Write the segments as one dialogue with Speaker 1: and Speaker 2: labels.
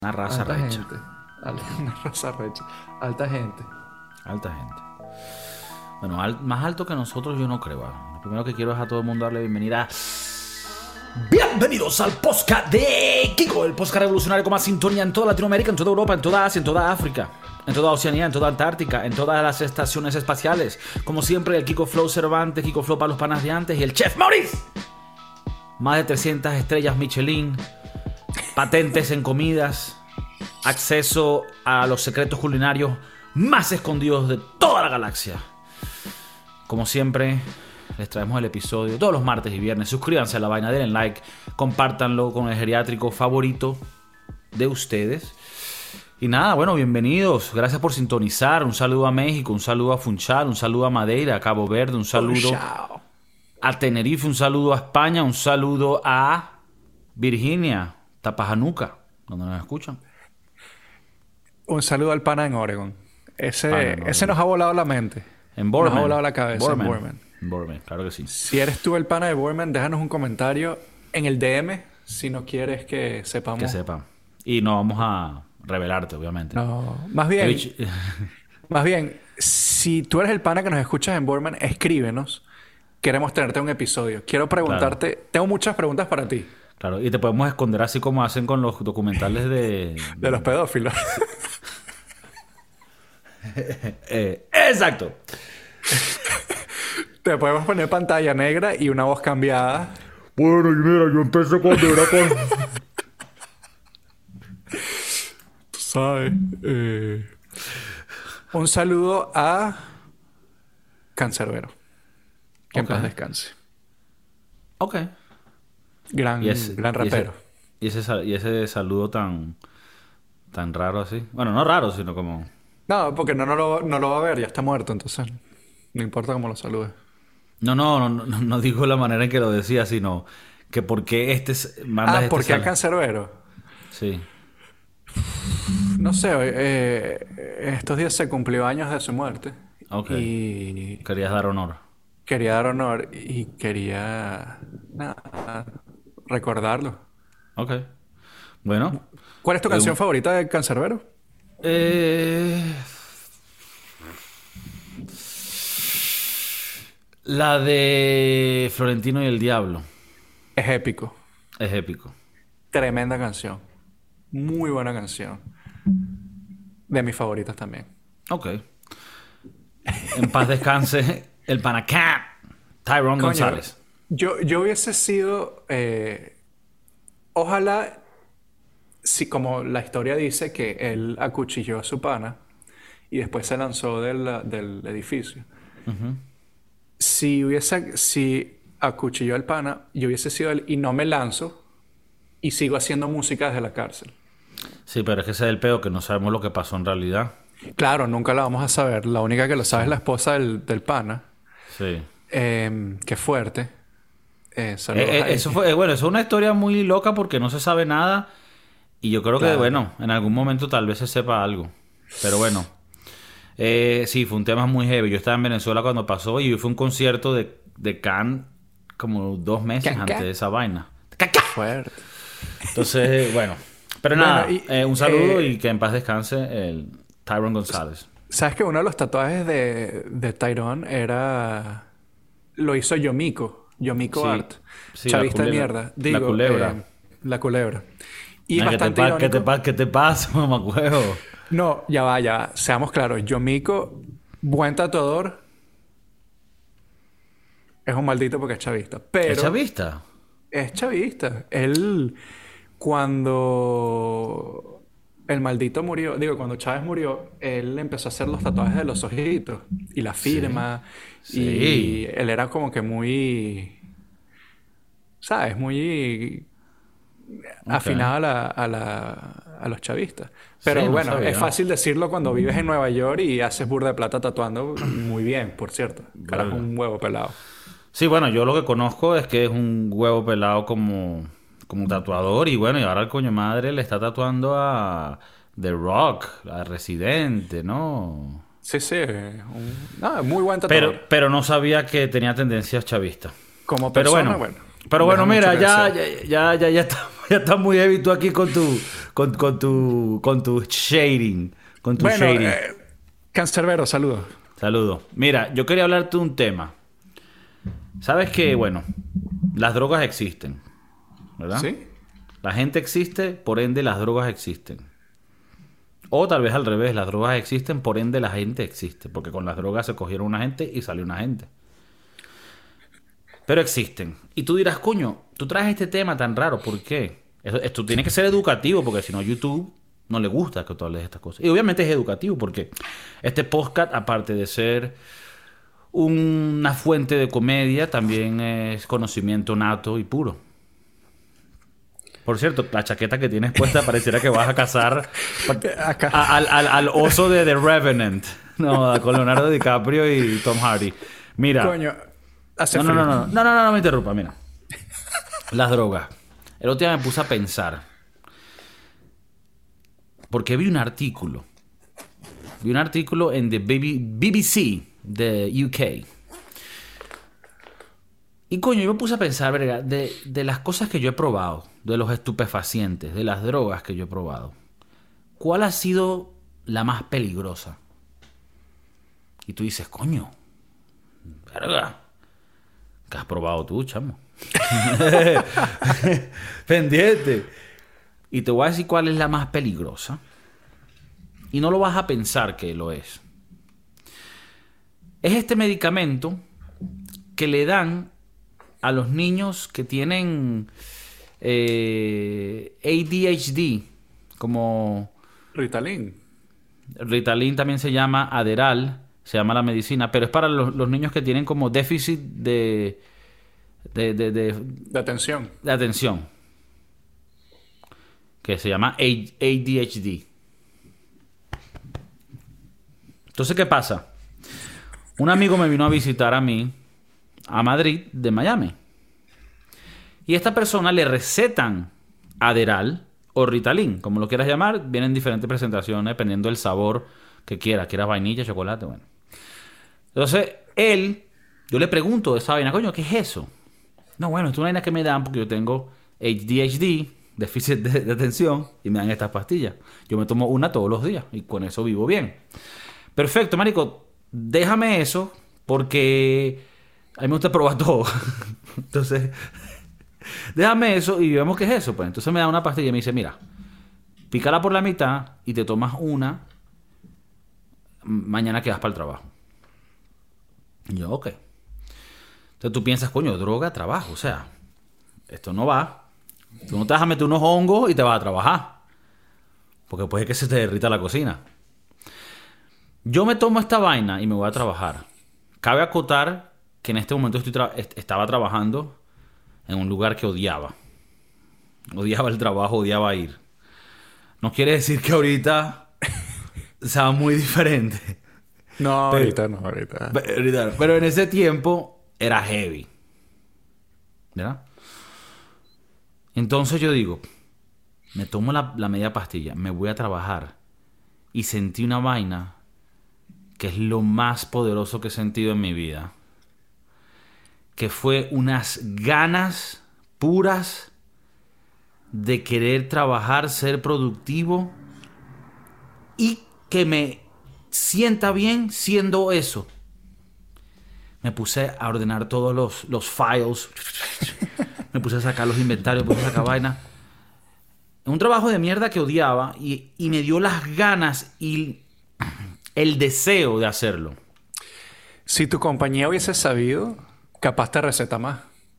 Speaker 1: Una raza
Speaker 2: Alta
Speaker 1: recha.
Speaker 2: gente. Una raza recha. Alta gente.
Speaker 1: Alta gente. Bueno, más alto que nosotros yo no creo. Lo primero que quiero es a todo el mundo darle bienvenida. Bienvenidos al podcast de Kiko, el podcast revolucionario con más sintonía en toda Latinoamérica, en toda Europa, en toda Asia, en toda África, en toda Oceanía, en toda Antártica, en todas las estaciones espaciales. Como siempre, el Kiko Flow Cervantes, Kiko Flow para los panas de antes y el Chef Maurice. Más de 300 estrellas Michelin, patentes en comidas, acceso a los secretos culinarios más escondidos de toda la galaxia. Como siempre, les traemos el episodio todos los martes y viernes. Suscríbanse a la vaina, denle like, compártanlo con el geriátrico favorito de ustedes. Y nada, bueno, bienvenidos. Gracias por sintonizar. Un saludo a México, un saludo a Funchal, un saludo a Madeira, a Cabo Verde, un saludo a Tenerife, un saludo a España, un saludo a Virginia, Tapajanuca, donde nos escuchan.
Speaker 2: Un saludo al pana en Oregon. Ese
Speaker 1: Oregon.
Speaker 2: nos ha volado la mente.
Speaker 1: En Borman.
Speaker 2: Nos ha volado la cabeza.
Speaker 1: Borman. En Borman, claro que sí.
Speaker 2: Si eres tú el pana de Borman, déjanos un comentario en el DM si no quieres que sepamos.
Speaker 1: Que sepan. Y no vamos a revelarte, obviamente.
Speaker 2: No, más bien, si tú eres el pana que nos escuchas en Borman, escríbenos. Queremos tenerte un episodio. Quiero preguntarte, tengo muchas preguntas para ti.
Speaker 1: Claro, y te podemos esconder así como hacen con los documentales de
Speaker 2: los pedófilos.
Speaker 1: Exacto.
Speaker 2: Te podemos poner pantalla negra y una voz cambiada.
Speaker 1: Bueno, y mira, yo empecé cuando era con...
Speaker 2: Tú sabes. Un saludo a Cancerbero. Que en paz descanse.
Speaker 1: Ok.
Speaker 2: Gran rapero.
Speaker 1: Y ese saludo tan raro así. Bueno, no raro, sino como...
Speaker 2: No, porque no lo va a ver. Ya está muerto, entonces... No importa cómo lo salude.
Speaker 1: No digo la manera en que lo decía, sino... Que por qué manda
Speaker 2: ¿por qué a Cancerbero?
Speaker 1: Sí.
Speaker 2: No sé. Estos días se cumplió años de su muerte.
Speaker 1: Ok.
Speaker 2: Y...
Speaker 1: Querías dar honor.
Speaker 2: Quería dar honor y quería... Nada, recordarlo.
Speaker 1: Ok. Bueno.
Speaker 2: ¿Cuál es tu canción favorita de Cancerbero?
Speaker 1: La de Florentino y el Diablo.
Speaker 2: Es épico.
Speaker 1: Es épico.
Speaker 2: Tremenda canción. Muy buena canción. De mis favoritas también.
Speaker 1: Ok. En paz descanse el Panacap, Tyrone González.
Speaker 2: Yo hubiese sido... ojalá... Si como la historia dice que él acuchilló a su pana y después se lanzó del edificio.
Speaker 1: Uh-huh.
Speaker 2: Si acuchilló al pana, yo hubiese sido él y no me lanzo y sigo haciendo música desde la cárcel.
Speaker 1: Sí, pero es que ese es el peor, que no sabemos lo que pasó en realidad.
Speaker 2: Claro, nunca la vamos a saber. La única que lo sabe es la esposa del pana.
Speaker 1: Sí.
Speaker 2: Qué fuerte.
Speaker 1: Eso es una historia muy loca porque no se sabe nada. Y yo creo que, bueno, en algún momento tal vez se sepa algo. Pero bueno. Sí, fue un tema muy heavy. Yo estaba en Venezuela cuando pasó y fue un concierto de Can como 2 meses antes de esa vaina.
Speaker 2: Fuerte.
Speaker 1: Entonces, bueno. Pero nada, un saludo y que en paz descanse el Tyrone González.
Speaker 2: ¿Sabes que uno de los tatuajes de Tyrone era... Lo hizo Yomiko. Yomiko Art.
Speaker 1: Sí,
Speaker 2: chavista de mierda. Digo,
Speaker 1: la culebra.
Speaker 2: La culebra. Y
Speaker 1: es bastante irónico. ¿Qué te pasa, mamacuevo?
Speaker 2: No, ya va. Seamos claros. Yomiko, buen tatuador. Es un maldito porque es chavista. Pero...
Speaker 1: ¿Es chavista?
Speaker 2: Es chavista. Él, cuando el maldito murió... Digo, cuando Chávez murió, él empezó a hacer los tatuajes de los ojitos. Y la firma.
Speaker 1: Sí.
Speaker 2: Y él era como que muy... ¿Sabes? Muy... afinado a los chavistas. Pero bueno, es fácil decirlo cuando vives en Nueva York y haces burda de plata tatuando muy bien, por cierto. Carajo, un huevo pelado.
Speaker 1: Sí, bueno, yo lo que conozco es que es un huevo pelado como tatuador. Y bueno, y ahora el coño madre le está tatuando a The Rock, a Residente, ¿no?
Speaker 2: Sí. Muy buen tatuador.
Speaker 1: Pero no sabía que tenía tendencias chavistas.
Speaker 2: Como persona,
Speaker 1: Pero bueno, mira, ya estamos. Ya está muy heavy tú aquí con tu shading. Con tu
Speaker 2: bueno,
Speaker 1: shading.
Speaker 2: Cancerbero, saludos.
Speaker 1: Saludos. Mira, yo quería hablarte de un tema. Sabes que, bueno, las drogas existen, ¿verdad?
Speaker 2: Sí.
Speaker 1: La gente existe, por ende las drogas existen. O tal vez al revés, las drogas existen, por ende la gente existe. Porque con las drogas se cogieron una gente y salió una gente. Pero existen. Y tú dirás, coño, tú traes este tema tan raro, ¿por qué? Esto tiene que ser educativo, porque si no, YouTube no le gusta que tú hables de estas cosas. Y obviamente es educativo, porque este podcast, aparte de ser una fuente de comedia, también es conocimiento nato y puro. Por cierto, la chaqueta que tienes puesta pareciera que vas a cazar al oso de The Revenant. No, con Leonardo DiCaprio y Tom Hardy. Mira.
Speaker 2: Coño,
Speaker 1: no me interrumpa, mira. Las drogas. El otro día me puse a pensar. Porque vi un artículo. Vi un artículo en the BBC de UK. Y coño, yo me puse a pensar, verga, de las cosas que yo he probado, de los estupefacientes, de las drogas que yo he probado, ¿cuál ha sido la más peligrosa? Y tú dices, coño, verga, ¿qué has probado tú, chamo? Pendiente. Y te voy a decir cuál es la más peligrosa. Y no lo vas a pensar que lo es. Es este medicamento que le dan a los niños que tienen ADHD, como
Speaker 2: Ritalin.
Speaker 1: Ritalin también se llama Adderall, se llama la medicina, pero es para los niños que tienen como déficit de
Speaker 2: atención.
Speaker 1: De atención. Que se llama ADHD. Entonces, ¿qué pasa? Un amigo me vino a visitar a mí a Madrid de Miami. Y a esta persona le recetan Adderall o Ritalin, como lo quieras llamar. Vienen diferentes presentaciones dependiendo del sabor que quieras. Quieras vainilla, chocolate, bueno. Entonces, yo le pregunto de esa vaina, coño, ¿qué es eso? No, bueno, es una vaina que me dan porque yo tengo ADHD, déficit de atención, y me dan estas pastillas. Yo me tomo una todos los días y con eso vivo bien. Perfecto, marico, déjame eso porque a mí me gusta probar todo. Entonces, déjame eso y vemos qué es eso, pues. Entonces me da una pastilla y me dice, mira, pícala por la mitad y te tomas una mañana que vas para el trabajo. Y yo, ok. Entonces tú piensas, coño, droga, trabajo, o sea, esto no va. Tú no te vas a meter unos hongos y te vas a trabajar. Porque puede que se te derrita la cocina. Yo me tomo esta vaina y me voy a trabajar. Cabe acotar que en este momento estaba trabajando en un lugar que odiaba. Odiaba el trabajo, odiaba ir. No quiere decir que ahorita sea muy diferente.
Speaker 2: No, ahorita no.
Speaker 1: Pero en ese tiempo era heavy. ¿Verdad? Entonces yo digo, me tomo la media pastilla, me voy a trabajar y sentí una vaina que es lo más poderoso que he sentido en mi vida, que fue unas ganas puras de querer trabajar, ser productivo y que me sienta bien siendo eso. Me puse a ordenar todos los files. Me puse a sacar los inventarios, me puse a sacar vaina. Un trabajo de mierda que odiaba y me dio las ganas y el deseo de hacerlo.
Speaker 2: Si tu compañía hubiese sabido, capaz te receta más.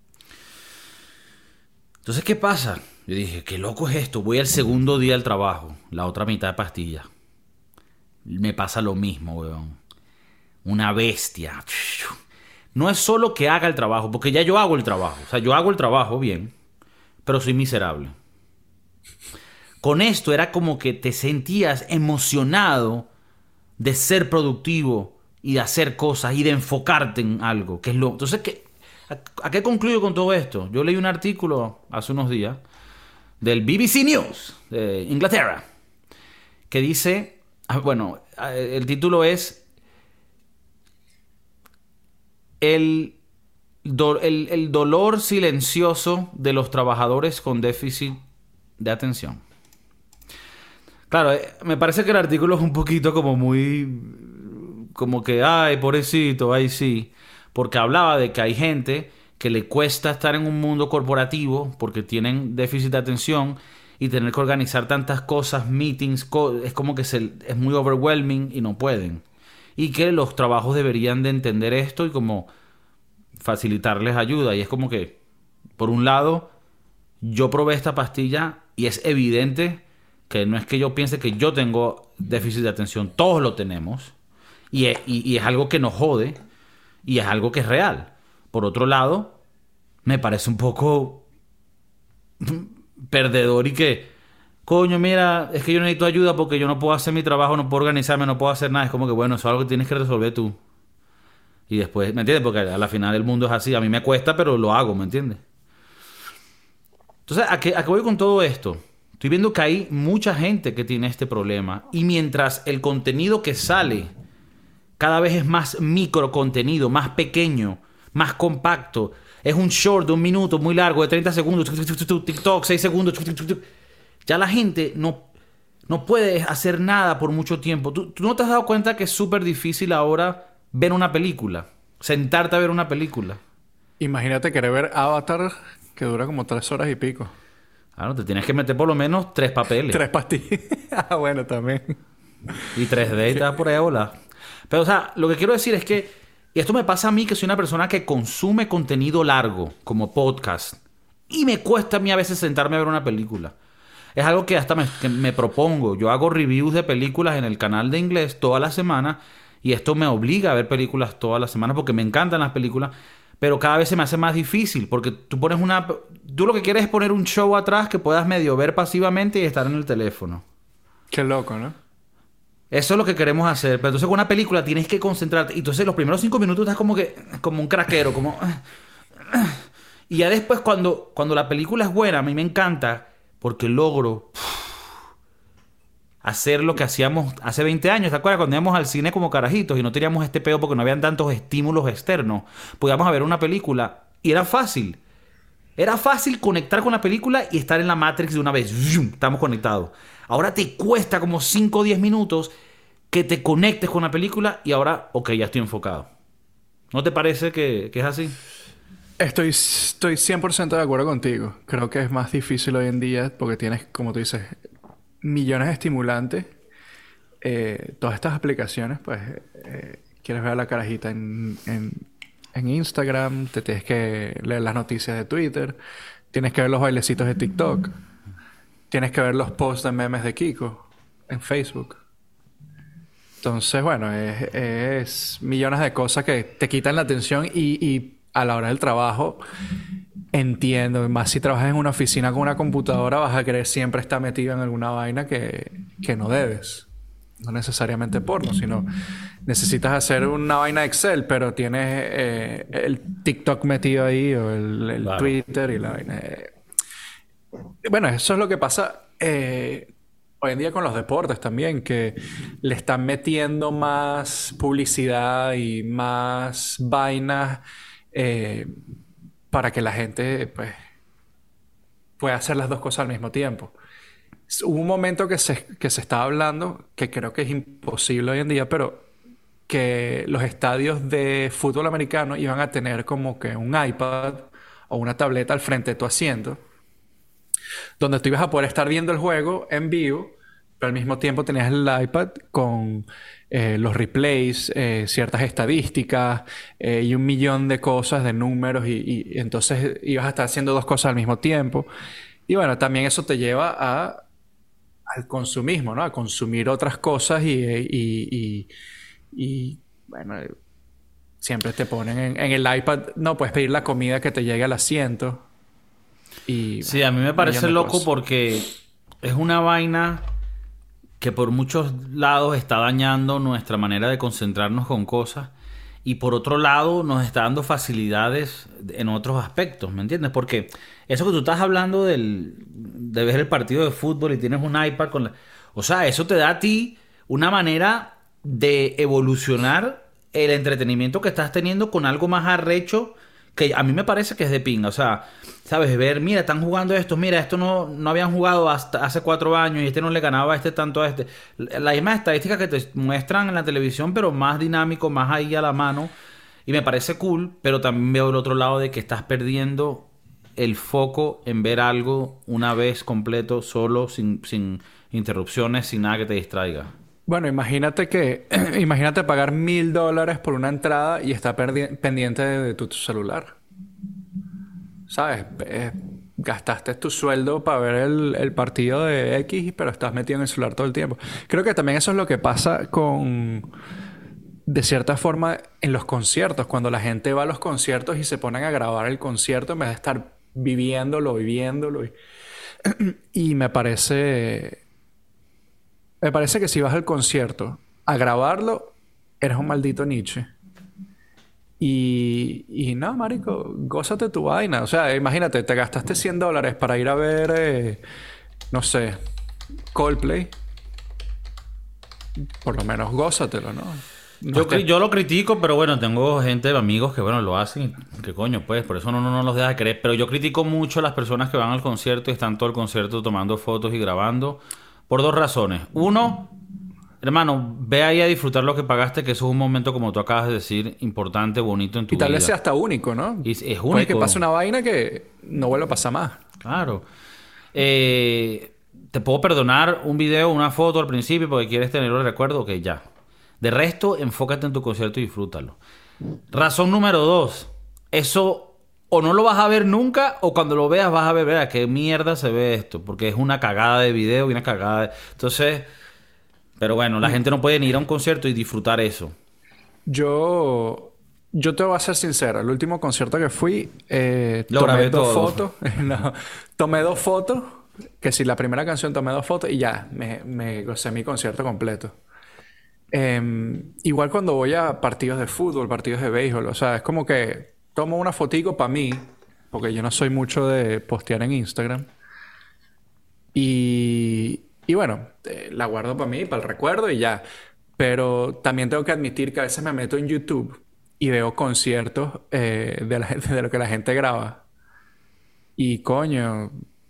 Speaker 1: Entonces, ¿qué pasa? Yo dije, qué loco es esto. Voy al segundo día del trabajo, la otra mitad de pastilla. Me pasa lo mismo, weón. Una bestia. No es solo que haga el trabajo, porque ya yo hago el trabajo. O sea, yo hago el trabajo bien, pero soy miserable. Con esto era como que te sentías emocionado de ser productivo y de hacer cosas y de enfocarte en algo. Que es lo... Entonces, ¿a qué concluyo con todo esto? Yo leí un artículo hace unos días del BBC News de Inglaterra que dice... Bueno, el título es... El dolor silencioso de los trabajadores con déficit de atención. Claro, me parece que el artículo es un poquito como muy... Como que, ay, pobrecito, ay, sí. Porque hablaba de que hay gente que le cuesta estar en un mundo corporativo porque tienen déficit de atención y tener que organizar tantas cosas, meetings, es como que es muy overwhelming y no pueden. Y que los trabajos deberían de entender esto y como facilitarles ayuda. Y es como que, por un lado, yo probé esta pastilla y es evidente que no es que yo piense que yo tengo déficit de atención. Todos lo tenemos. Y es algo que nos jode. Y es algo que es real. Por otro lado, me parece un poco perdedor y que, coño, mira, es que yo necesito ayuda porque yo no puedo hacer mi trabajo, no puedo organizarme, no puedo hacer nada. Es como que, bueno, eso es algo que tienes que resolver tú. Y después, ¿me entiendes? Porque a la final el mundo es así. A mí me cuesta, pero lo hago, ¿me entiendes? Entonces, ¿a qué voy con todo esto? Estoy viendo que hay mucha gente que tiene este problema. Y mientras el contenido que sale cada vez es más micro contenido, más pequeño, más compacto. Es un short de 1 minuto, muy largo, de 30 segundos. TikTok, 6 segundos. Ya la gente no puede hacer nada por mucho tiempo. ¿Tú no te has dado cuenta que es súper difícil ahora ver una película? Sentarte a ver una película.
Speaker 2: Imagínate querer ver Avatar, que dura como 3 horas y pico.
Speaker 1: Claro, te tienes que meter por lo menos 3 papeles.
Speaker 2: 3 pastillas. Ah, bueno, también.
Speaker 1: Y 3D y te vas por ahí a volar. Pero, o sea, lo que quiero decir es que, y esto me pasa a mí, que soy una persona que consume contenido largo, como podcast, y me cuesta a mí a veces sentarme a ver una película. Es algo que hasta me propongo. Yo hago reviews de películas en el canal de inglés toda la semana, y esto me obliga a ver películas toda la semana porque me encantan las películas, pero cada vez se me hace más difícil, porque tú lo que quieres es poner un show atrás que puedas medio ver pasivamente y estar en el teléfono.
Speaker 2: Qué loco, ¿no?
Speaker 1: Eso es lo que queremos hacer. Pero entonces con una película tienes que concentrarte. Y entonces los primeros 5 minutos estás como un craquero. Y ya después cuando la película es buena, a mí me encanta porque logro hacer lo que hacíamos hace 20 años. ¿Te acuerdas? Cuando íbamos al cine como carajitos y no teníamos este peo porque no habían tantos estímulos externos. Podíamos ver una película y era fácil. Era fácil conectar con la película y estar en la Matrix de una vez. Estamos conectados. Ahora te cuesta como 5 o 10 minutos que te conectes con la película y ahora, ok, ya estoy enfocado. ¿No te parece que es así?
Speaker 2: Estoy 100% de acuerdo contigo. Creo que es más difícil hoy en día porque tienes, como tú dices, millones de estimulantes. Todas estas aplicaciones, pues, quieres ver a la carajita en Instagram, te tienes que leer las noticias de Twitter, tienes que ver los bailecitos de TikTok, tienes que ver los posts de memes de Kiko en Facebook. Entonces, bueno, es millones de cosas que te quitan la atención y a la hora del trabajo entiendo. Más si trabajas en una oficina con una computadora, vas a querer siempre estar metido en alguna vaina que no debes. No necesariamente porno, sino necesitas hacer una vaina de Excel, pero tienes el TikTok metido ahí o el claro, Twitter y la vaina. Bueno, eso es lo que pasa hoy en día con los deportes también, que le están metiendo más publicidad y más vainas para que la gente pues pueda hacer las dos cosas al mismo tiempo. Hubo un momento que se estaba hablando, que creo que es imposible hoy en día, pero que los estadios de fútbol americano iban a tener como que un iPad o una tableta al frente de tu asiento, donde tú ibas a poder estar viendo el juego en vivo, pero al mismo tiempo tenías el iPad con los replays, ciertas estadísticas y un millón de cosas, de números, y entonces ibas a estar haciendo dos cosas al mismo tiempo. Y bueno, también eso te lleva al consumismo, ¿no? A consumir otras cosas y bueno, siempre te ponen en el iPad, no, puedes pedir la comida que te llegue al asiento. Y,
Speaker 1: sí, a mí me parece loco porque es una vaina que por muchos lados está dañando nuestra manera de concentrarnos con cosas y por otro lado nos está dando facilidades en otros aspectos, ¿me entiendes? Porque eso que tú estás hablando de ver el partido de fútbol y tienes un iPad o sea, eso te da a ti una manera de evolucionar el entretenimiento que estás teniendo con algo más arrecho que a mí me parece que es de pinga. O sea, ¿sabes? Ver, mira, están jugando esto, mira, esto no habían jugado hasta hace 4 años y este no le ganaba a este tanto a este. Las mismas estadísticas que te muestran en la televisión, pero más dinámico, más ahí a la mano. Y me parece cool, pero también veo el otro lado de que estás perdiendo el foco en ver algo una vez completo, solo, sin interrupciones, sin nada que te distraiga.
Speaker 2: Bueno, imagínate pagar $1,000 por una entrada y estar pendiente de tu celular. ¿Sabes? Gastaste tu sueldo para ver el partido de X, pero estás metido en el celular todo el tiempo. Creo que también eso es lo que pasa de cierta forma, en los conciertos. Cuando la gente va a los conciertos y se ponen a grabar el concierto en vez de estar viviéndolo. Y me parece que si vas al concierto a grabarlo, eres un maldito Nietzsche. Y no, marico, gózate tu vaina. O sea, imagínate, te gastaste $100 para ir a ver, no sé, Coldplay. Por lo menos gózatelo, ¿no?
Speaker 1: Yo lo critico, pero bueno, tengo amigos que bueno lo hacen. ¿Qué coño? Pues por eso no los deja creer. Pero yo critico mucho a las personas que van al concierto y están todo el concierto tomando fotos y grabando. Por 2 razones. Uno, hermano, ve ahí a disfrutar lo que pagaste, que eso es un momento, como tú acabas de decir, importante, bonito en tu vida.
Speaker 2: Y tal vez sea hasta único, ¿no?
Speaker 1: Y es único.
Speaker 2: Puede que pase una vaina que no vuelva a pasar más.
Speaker 1: Claro. Te puedo perdonar un video, una foto al principio porque quieres tenerlo de recuerdo, que ya. De resto, enfócate en tu concierto y disfrútalo. Razón número 2. Eso o no lo vas a ver nunca o cuando lo veas vas a ver, vea, qué mierda se ve esto. Porque es una cagada de video y una cagada de... Entonces, pero bueno, la gente no puede ni ir a un concierto y disfrutar eso.
Speaker 2: Yo te voy a ser sincero. El último concierto que fui,
Speaker 1: tomé 2
Speaker 2: fotos. No, tomé 2 fotos. Que si la primera canción tomé 2 fotos y ya, me gocé mi concierto completo. Igual cuando voy a partidos de fútbol, partidos de béisbol, o sea, es como que tomo una fotico para mí, porque yo no soy mucho de postear en Instagram. Y bueno, la guardo para mí, para el recuerdo y ya. Pero también tengo que admitir que a veces me meto en YouTube y veo conciertos de lo que la gente graba. Y coño,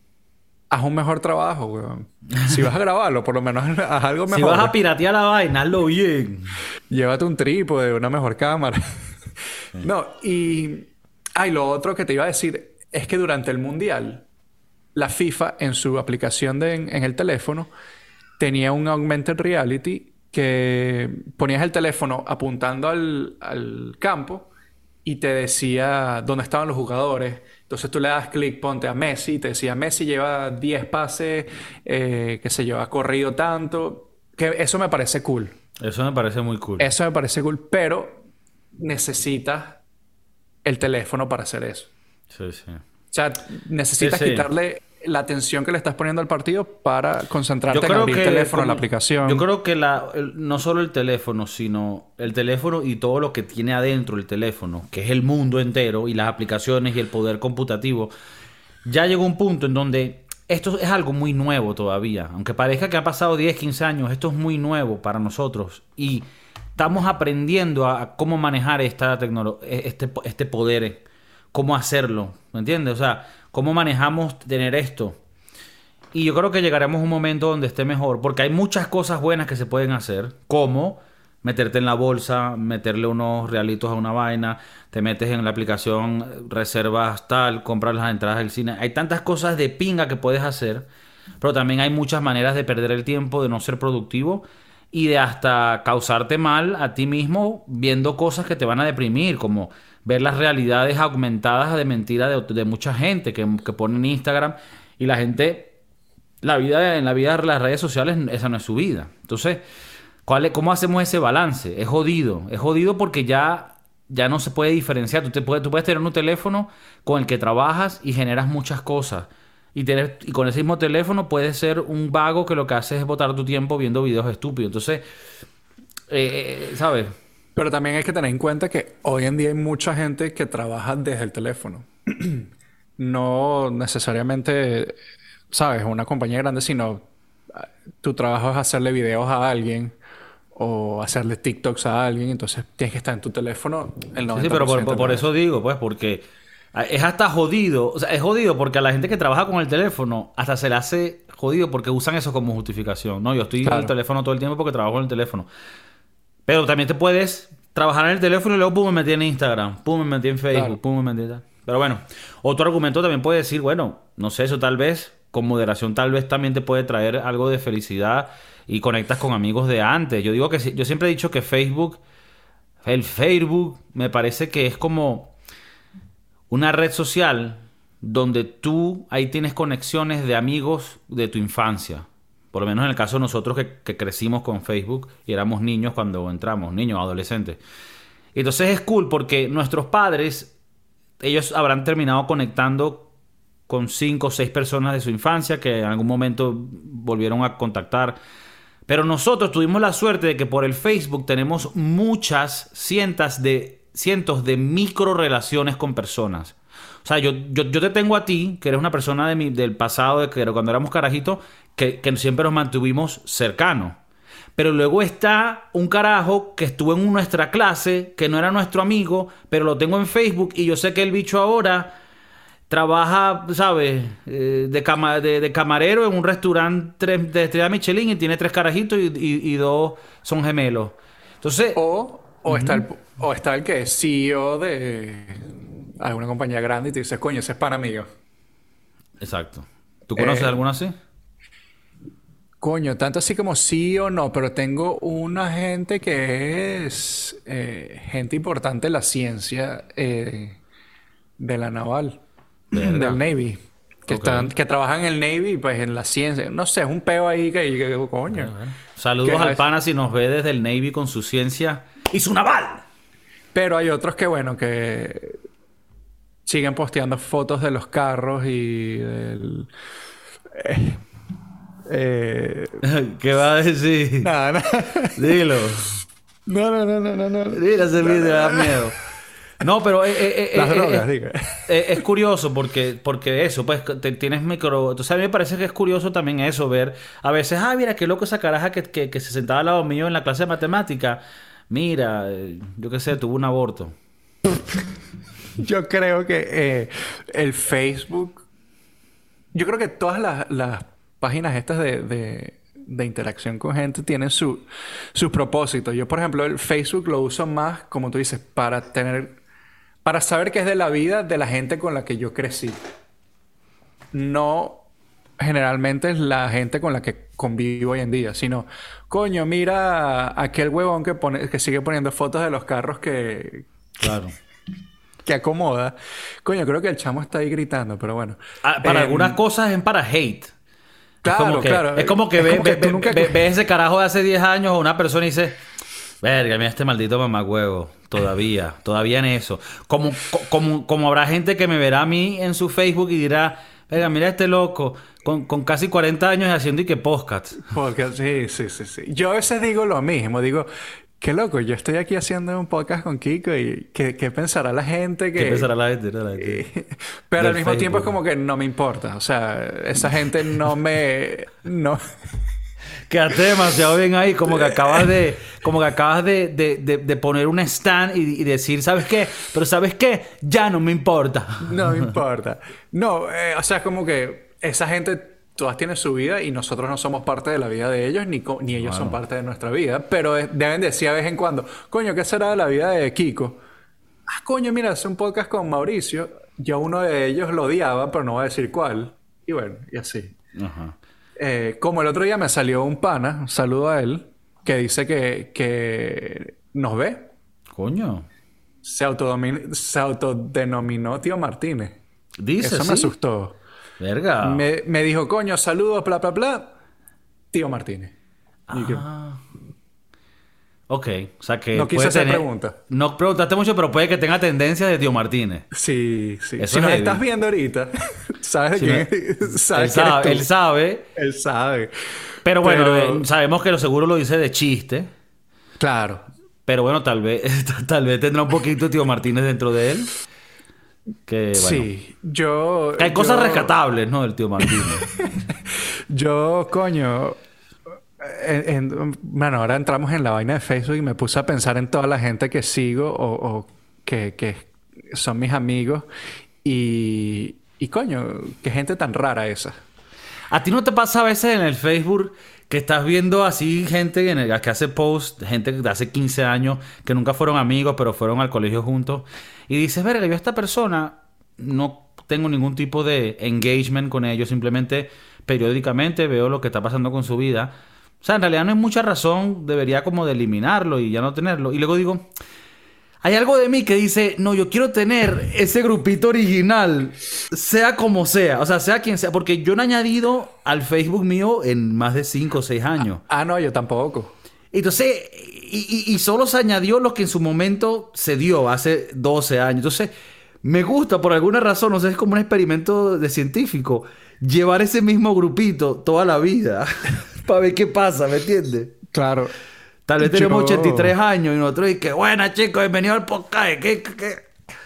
Speaker 2: haz un mejor trabajo, weón. Si vas a grabarlo, por lo menos haz algo mejor.
Speaker 1: Si vas a piratear la vaina, hazlo bien.
Speaker 2: Llévate un trípode, una mejor cámara. Sí. No, y... lo otro que te iba a decir es que durante el Mundial, la FIFA en su aplicación en el teléfono tenía un augmented reality que ponías el teléfono apuntando al campo y te decía dónde estaban los jugadores. Entonces tú le das clic, ponte a Messi, y te decía Messi lleva 10 pases, qué sé yo, ha corrido tanto. Que eso me parece cool.
Speaker 1: Eso me parece muy cool.
Speaker 2: Eso me parece cool, pero necesitas el teléfono para hacer eso.
Speaker 1: Sí, sí.
Speaker 2: O sea, necesitas quitarle la atención que le estás poniendo al partido para concentrarte en abrir el teléfono, en la aplicación.
Speaker 1: Yo creo que no solo el teléfono, sino el teléfono y todo lo que tiene adentro el teléfono, que es el mundo entero y las aplicaciones y el poder computativo, ya llegó un punto en donde esto es algo muy nuevo todavía. Aunque parezca que ha pasado 10, 15 años, esto es muy nuevo para nosotros y estamos aprendiendo a cómo manejar esta tecnología, este poder, cómo hacerlo, ¿me entiendes? O sea, cómo manejamos tener esto. Y yo creo que llegaremos a un momento donde esté mejor, porque hay muchas cosas buenas que se pueden hacer, como meterte en la bolsa, meterle unos realitos a una vaina, te metes en la aplicación, reservas tal, compras las entradas del cine. Hay tantas cosas de pinga que puedes hacer, pero también hay muchas maneras de perder el tiempo, de no ser productivo y de hasta causarte mal a ti mismo viendo cosas que te van a deprimir, como ver las realidades aumentadas de mentira de mucha gente que pone en Instagram y la gente, en la vida de las redes sociales, esa no es su vida. Entonces, ¿cómo hacemos ese balance? Es jodido porque ya no se puede diferenciar. Tú puedes tener un teléfono con el que trabajas y generas muchas cosas. Y con ese mismo teléfono puedes ser un vago que lo que hace es botar tu tiempo viendo videos estúpidos. Entonces, ¿sabes?
Speaker 2: Pero también hay que tener en cuenta que hoy en día hay mucha gente que trabaja desde el teléfono. No necesariamente, ¿sabes? Una compañía grande, sino tu trabajo es hacerle videos a alguien o hacerle TikToks a alguien, entonces tienes que estar en tu teléfono el 90%.
Speaker 1: Sí, pero por eso digo, pues, porque es hasta jodido. O sea, es jodido porque a la gente que trabaja con el teléfono hasta se le hace jodido porque usan eso como justificación. No, yo estoy en el teléfono todo el tiempo porque trabajo en el teléfono. Pero también te puedes trabajar en el teléfono y luego pum, me metí en Instagram, pum, me metí en Facebook, pum, me metí en... Pero bueno, otro argumento también puede decir, bueno, no sé, eso tal vez, con moderación tal vez también te puede traer algo de felicidad y conectas con amigos de antes. Yo digo que yo siempre he dicho que el Facebook me parece que es como una red social donde tú ahí tienes conexiones de amigos de tu infancia. Por lo menos en el caso de nosotros que crecimos con Facebook y éramos niños cuando entramos, niños, adolescentes. Entonces es cool porque nuestros padres, ellos habrán terminado conectando con 5 o 6 personas de su infancia que en algún momento volvieron a contactar. Pero nosotros tuvimos la suerte de que por el Facebook tenemos cientos de micro relaciones con personas. O sea, yo te tengo a ti, que eres una persona del pasado, cuando éramos carajitos, que siempre nos mantuvimos cercanos. Pero luego está un carajo que estuvo en nuestra clase, que no era nuestro amigo, pero lo tengo en Facebook y yo sé que el bicho ahora trabaja, ¿sabes? De camarero en un restaurante de estrella Michelin y tiene 3 carajitos y 2 son gemelos. Entonces...
Speaker 2: está el que es CEO de alguna compañía grande y te dices, coño, ese es para amigo.
Speaker 1: Exacto. ¿Tú conoces alguna así?
Speaker 2: Coño, tanto así como sí o no, pero tengo una gente que es gente importante en la ciencia de la naval, del Navy. Que trabajan en el Navy, pues en la ciencia. No sé, es un peo ahí que coño.
Speaker 1: Saludos al pana si nos ve desde el Navy con su ciencia y su naval.
Speaker 2: Pero hay otros que, bueno, que siguen posteando fotos de los carros y del...
Speaker 1: ¿Qué va a decir?
Speaker 2: Nada.
Speaker 1: Dilo.
Speaker 2: No.
Speaker 1: Dilo, ese video da miedo. No, pero
Speaker 2: las drogas, diga.
Speaker 1: Es curioso porque eso, pues tienes micro... Entonces a mí me parece que es curioso también eso, ver a veces, mira, qué loco esa caraja que se sentaba al lado mío en la clase de matemática. Mira, yo qué sé, tuvo un aborto.
Speaker 2: Yo creo que el Facebook... Yo creo que todas las páginas estas de interacción con gente tienen sus propósitos. Yo, por ejemplo, el Facebook lo uso más, como tú dices, para saber qué es de la vida de la gente con la que yo crecí. No generalmente es la gente con la que convivo hoy en día, sino, coño, mira aquel huevón que sigue poniendo fotos de los carros que acomoda. Coño, creo que el chamo está ahí gritando, pero bueno.
Speaker 1: Para algunas cosas es para hate.
Speaker 2: Claro.
Speaker 1: Es como que ves ese carajo de hace 10 años o una persona y dice, verga, mira este maldito mamagüevo. Todavía en eso. Como habrá gente que me verá a mí en su Facebook y dirá, verga, mira este loco con casi 40 años haciendo y que podcast.
Speaker 2: Sí. Yo a veces digo lo mismo, digo, qué loco, yo estoy aquí haciendo un podcast con Kiko y ¿qué pensará la gente?
Speaker 1: ¿Qué pensará la gente?
Speaker 2: Pero al mismo tiempo es como que no me importa. O sea, esa gente no.
Speaker 1: Quedaste demasiado bien ahí, como que acabas de poner un stand y decir, ¿sabes qué? Pero ¿sabes qué? Ya no me importa.
Speaker 2: No me importa. No, o sea, como que esa gente todas tienen su vida y nosotros no somos parte de la vida de ellos, ni ellos son parte de nuestra vida. Pero deben decir de vez en cuando, coño, ¿qué será de la vida de Kiko? Coño, mira, hace un podcast con Mauricio. Yo uno de ellos lo odiaba, pero no voy a decir cuál. Y bueno, y así.
Speaker 1: Ajá.
Speaker 2: Como el otro día me salió un pana, un saludo a él, que dice que nos ve.
Speaker 1: Coño.
Speaker 2: Se autodenominó Tío Martínez.
Speaker 1: Dice,
Speaker 2: eso me asustó.
Speaker 1: Verga.
Speaker 2: Me dijo, coño, saludos, bla, bla, bla. Tío Martínez.
Speaker 1: Ok, o sea que...
Speaker 2: No quise hacer preguntas.
Speaker 1: No preguntaste mucho, pero puede que tenga tendencia de Tío Martínez.
Speaker 2: Sí.
Speaker 1: Eso
Speaker 2: si nos estás viendo ahorita, ¿sabes de quién? Él sabe.
Speaker 1: Pero bueno, sabemos que lo seguro lo dice de chiste.
Speaker 2: Claro.
Speaker 1: Pero bueno, tal vez tendrá un poquito Tío Martínez dentro de él. Que, bueno,
Speaker 2: sí,
Speaker 1: que hay cosas rescatables, ¿no? Del Tío Martínez.
Speaker 2: Coño... Bueno, ahora entramos en la vaina de Facebook y me puse a pensar en toda la gente que sigo o que son mis amigos. Y coño, qué gente tan rara esa.
Speaker 1: ¿A ti no te pasa a veces en el Facebook que estás viendo así gente que hace posts, gente de hace 15 años que nunca fueron amigos, pero fueron al colegio juntos? Y dices, verga, yo a esta persona no tengo ningún tipo de engagement con ellos, simplemente periódicamente veo lo que está pasando con su vida. O sea, en realidad no hay mucha razón, debería como de eliminarlo y ya no tenerlo. Y luego digo, hay algo de mí que dice, no, yo quiero tener ese grupito original, sea como sea, o sea, sea quien sea, porque yo no he añadido al Facebook mío en más de 5 o 6 años.
Speaker 2: No, yo tampoco.
Speaker 1: Entonces, y solo se añadió lo que en su momento se dio hace 12 años. Entonces, me gusta por alguna razón, no sé, es como un experimento de científico, llevar ese mismo grupito toda la vida para ver qué pasa, ¿me entiendes?
Speaker 2: Claro.
Speaker 1: Tal vez tenemos 83 años y nosotros y que buena, chicos, bienvenido al podcast. ¿Qué?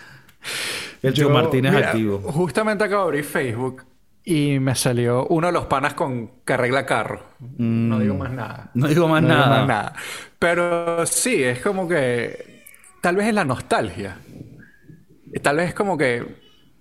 Speaker 1: El tío Martínez activo.
Speaker 2: Justamente acabo de abrir Facebook y me salió uno de los panas que arregla carro. No digo más nada.
Speaker 1: No digo más nada.
Speaker 2: Pero sí, es como que tal vez es la nostalgia. Tal vez es como que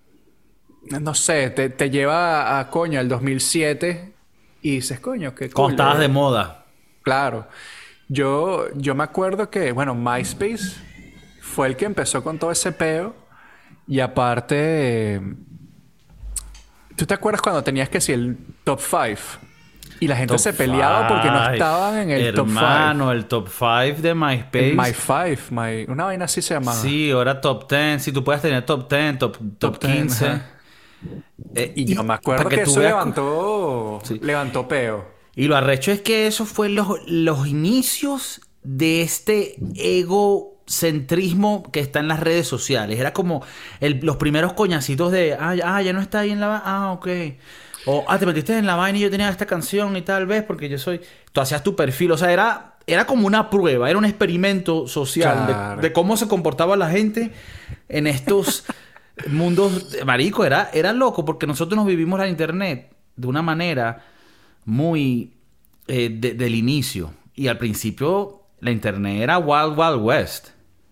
Speaker 2: no sé, te lleva a coño al 2007 y dices, coño, qué cool.
Speaker 1: Cuando estabas de moda.
Speaker 2: Claro. Yo me acuerdo que, bueno, MySpace fue el que empezó con todo ese peo. Y aparte, ¿tú te acuerdas cuando tenías que decir el top 5? Y la gente se peleaba porque no estaban en el top 5.
Speaker 1: Hermano, el top 5 de MySpace.
Speaker 2: El My 5. Una vaina así se llamaba.
Speaker 1: Sí, ahora top 10. Sí, tú puedes tener top 10, top 15.
Speaker 2: Y yo me acuerdo que eso levantó peo.
Speaker 1: Y lo arrecho es que eso fue los inicios de este egocentrismo que está en las redes sociales. Era como los primeros coñacitos de, ya no está ahí en la... ok. O, te metiste en la vaina y yo tenía esta canción y tal vez porque yo soy... Tú hacías tu perfil, o sea, era como una prueba, era un experimento social, claro, de cómo se comportaba la gente en estos mundos. Marico, era loco porque nosotros nos vivimos la internet de una manera muy del inicio. Y al principio la internet era Wild Wild West.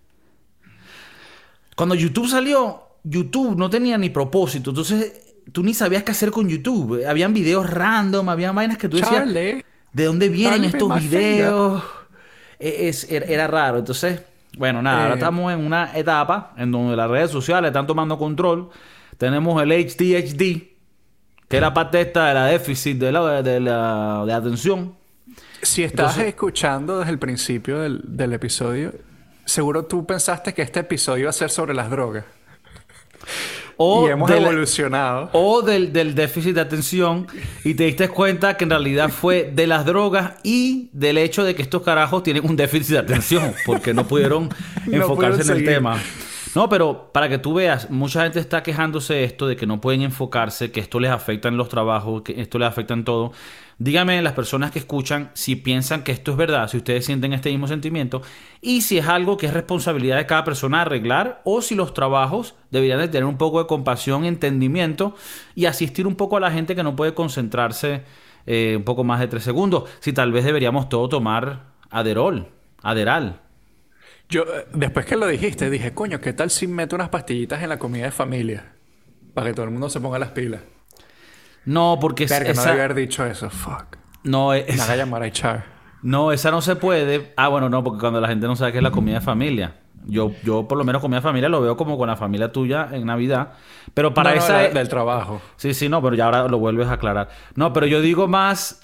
Speaker 1: Cuando YouTube salió, YouTube no tenía ni propósito. Entonces tú ni sabías qué hacer con YouTube. Habían videos random, habían vainas que tú decías, Charlie, ¿de dónde vienen estos videos? Era raro. Entonces, bueno, nada, ahora estamos en una etapa en donde las redes sociales están tomando control. Tenemos el HDHD, que es la parte esta de la déficit de atención.
Speaker 2: Si estás escuchando desde el principio del episodio, seguro tú pensaste que este episodio iba a ser sobre las drogas. Y hemos evolucionado.
Speaker 1: O del déficit de atención y te diste cuenta que en realidad fue de las drogas y del hecho de que estos carajos tienen un déficit de atención porque no pudieron enfocarse en el tema. No, pero para que tú veas, mucha gente está quejándose de esto, de que no pueden enfocarse, que esto les afecta en los trabajos, que esto les afecta en todo. Díganme las personas que escuchan si piensan que esto es verdad, si ustedes sienten este mismo sentimiento y si es algo que es responsabilidad de cada persona arreglar o si los trabajos deberían de tener un poco de compasión, entendimiento y asistir un poco a la gente que no puede concentrarse un poco más de 3 segundos. Si tal vez deberíamos todo tomar Aderal.
Speaker 2: Yo, después que lo dijiste, dije, coño, ¿qué tal si meto unas pastillitas en la comida de familia? Para que todo el mundo se ponga las pilas.
Speaker 1: No, porque...
Speaker 2: Verga, no debí haber dicho eso. Fuck.
Speaker 1: No,
Speaker 2: me van a llamar a echar.
Speaker 1: No, esa no se puede. Bueno, no, porque cuando la gente no sabe qué es la comida de familia. Yo por lo menos comida de familia lo veo como con la familia tuya en Navidad. Pero para
Speaker 2: del trabajo.
Speaker 1: Sí, no, pero ya ahora lo vuelves a aclarar. No, pero yo digo más...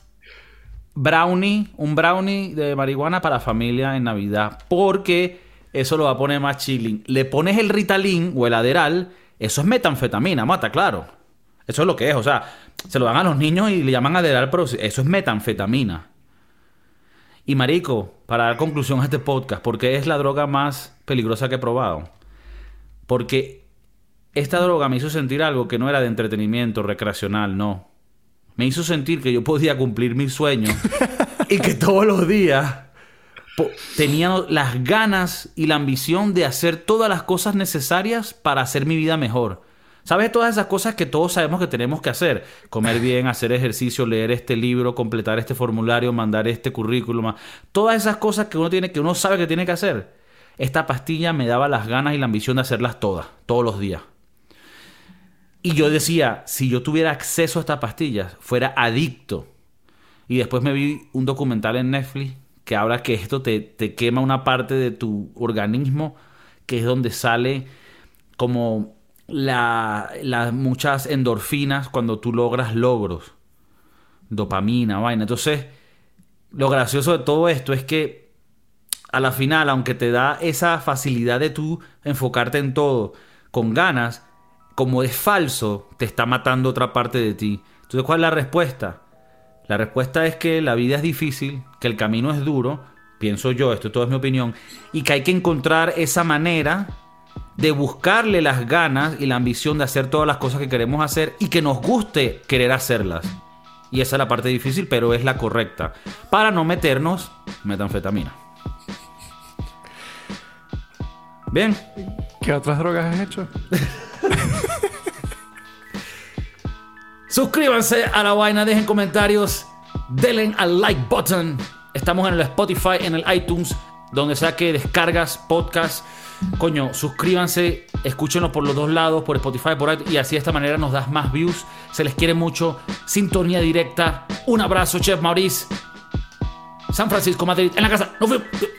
Speaker 1: un brownie de marihuana para familia en Navidad, porque eso lo va a poner más chilling. Le pones el Ritalin o el Adderall, eso es metanfetamina, mata, claro. Eso es lo que es, o sea, se lo dan a los niños y le llaman Adderall, pero eso es metanfetamina. Y marico, para dar conclusión a este podcast, ¿por qué es la droga más peligrosa que he probado? Porque esta droga me hizo sentir algo que no era de entretenimiento recreacional, no. Me hizo sentir que yo podía cumplir mis sueños y que todos los días tenía las ganas y la ambición de hacer todas las cosas necesarias para hacer mi vida mejor. ¿Sabes? Todas esas cosas que todos sabemos que tenemos que hacer. Comer bien, hacer ejercicio, leer este libro, completar este formulario, mandar este currículum. Todas esas cosas que uno sabe que tiene que hacer. Esta pastilla me daba las ganas y la ambición de hacerlas todas, todos los días. Y yo decía, si yo tuviera acceso a estas pastillas, fuera adicto. Y después me vi un documental en Netflix que habla que esto te quema una parte de tu organismo, que es donde sale como las muchas endorfinas cuando tú logras logros. Dopamina, vaina. Entonces, lo gracioso de todo esto es que a la final, aunque te da esa facilidad de tú enfocarte en todo con ganas, como es falso, te está matando otra parte de ti. Entonces, ¿cuál es la respuesta? La respuesta es que la vida es difícil, que el camino es duro, pienso yo, esto todo es mi opinión, y que hay que encontrar esa manera de buscarle las ganas y la ambición de hacer todas las cosas que queremos hacer y que nos guste querer hacerlas. Y esa es la parte difícil, pero es la correcta, para no meternos metanfetamina. Bien.
Speaker 2: ¿Qué otras drogas has hecho?
Speaker 1: Suscríbanse a la vaina, dejen comentarios, denle al like button. Estamos en el Spotify, en el iTunes, donde sea que descargas podcast. Coño, suscríbanse, escúchenlo por los dos lados, por Spotify, por iTunes, y así de esta manera nos das más views. Se les quiere mucho. Sintonía directa. Un abrazo, Chef Maurice. San Francisco, Madrid, en la casa. Nos vemos.